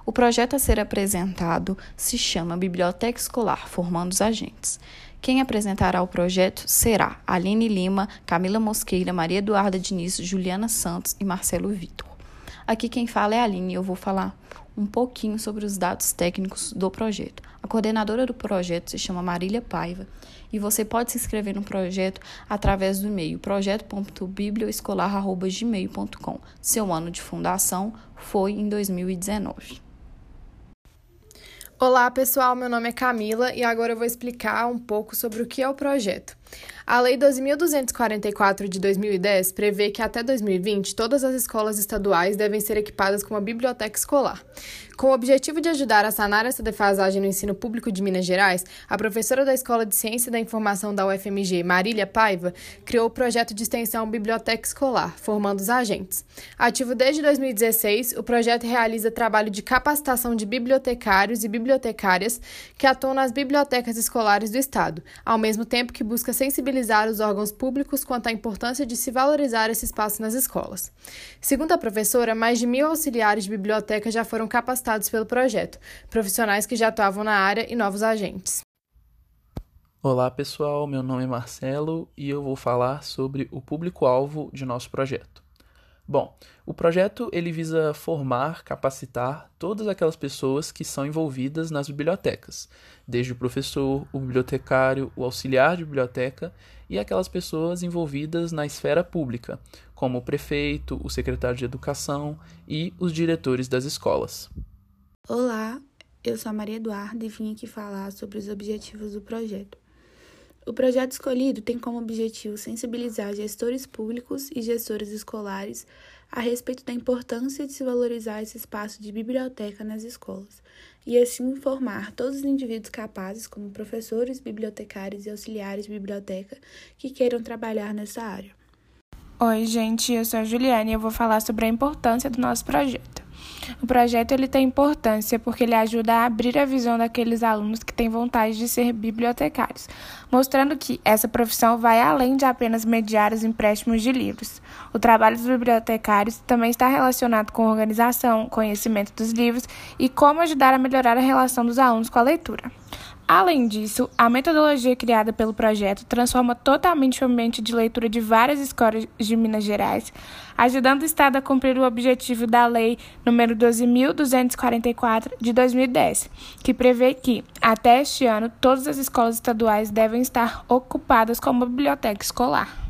O projeto a ser apresentado se chama Biblioteca Escolar, formando os agentes. Quem apresentará o projeto será Aline Lima, Camila Mosqueira, Maria Eduarda Diniz, Juliana Santos e Marcelo Vitor. Aqui quem fala é a Aline e eu vou falar um pouquinho sobre os dados técnicos do projeto. A coordenadora do projeto se chama Marília Paiva e você pode se inscrever no projeto através do e-mail projeto.biblioescolar@gmail.com. Seu ano de fundação foi em 2019. Olá pessoal, meu nome é Camila e agora eu vou explicar um pouco sobre o que é o projeto. A Lei 12.244 de 2010 prevê que até 2020 todas as escolas estaduais devem ser equipadas com uma biblioteca escolar. Com o objetivo de ajudar a sanar essa defasagem no ensino público de Minas Gerais, a professora da Escola de Ciência da Informação da UFMG, Marília Paiva, criou o projeto de extensão Biblioteca Escolar, formando os agentes. Ativo desde 2016, o projeto realiza trabalho de capacitação de bibliotecários e bibliotecárias que atuam nas bibliotecas escolares do Estado, ao mesmo tempo que busca sensibilizar os órgãos públicos quanto à importância de se valorizar esse espaço nas escolas. Segundo a professora, mais de 1.000 auxiliares de biblioteca já foram capacitados pelo projeto, profissionais que já atuavam na área e novos agentes. Olá pessoal, meu nome é Marcelo e eu vou falar sobre o público-alvo de nosso projeto. Bom, o projeto ele visa formar, capacitar todas aquelas pessoas que são envolvidas nas bibliotecas, desde o professor, o bibliotecário, o auxiliar de biblioteca e aquelas pessoas envolvidas na esfera pública, como o prefeito, o secretário de educação e os diretores das escolas. Olá, eu sou a Maria Eduarda e vim aqui falar sobre os objetivos do projeto. O projeto escolhido tem como objetivo sensibilizar gestores públicos e gestores escolares a respeito da importância de se valorizar esse espaço de biblioteca nas escolas e assim formar todos os indivíduos capazes, como professores, bibliotecários e auxiliares de biblioteca, que queiram trabalhar nessa área. Oi, gente, eu sou a Juliana e eu vou falar sobre a importância do nosso projeto. O projeto ele tem importância porque ele ajuda a abrir a visão daqueles alunos que têm vontade de ser bibliotecários, mostrando que essa profissão vai além de apenas mediar os empréstimos de livros. O trabalho dos bibliotecários também está relacionado com organização, conhecimento dos livros e como ajudar a melhorar a relação dos alunos com a leitura. Além disso, a metodologia criada pelo projeto transforma totalmente o ambiente de leitura de várias escolas de Minas Gerais, ajudando o Estado a cumprir o objetivo da Lei nº 12.244 de 2010, que prevê que, até este ano, todas as escolas estaduais devem estar ocupadas com uma biblioteca escolar.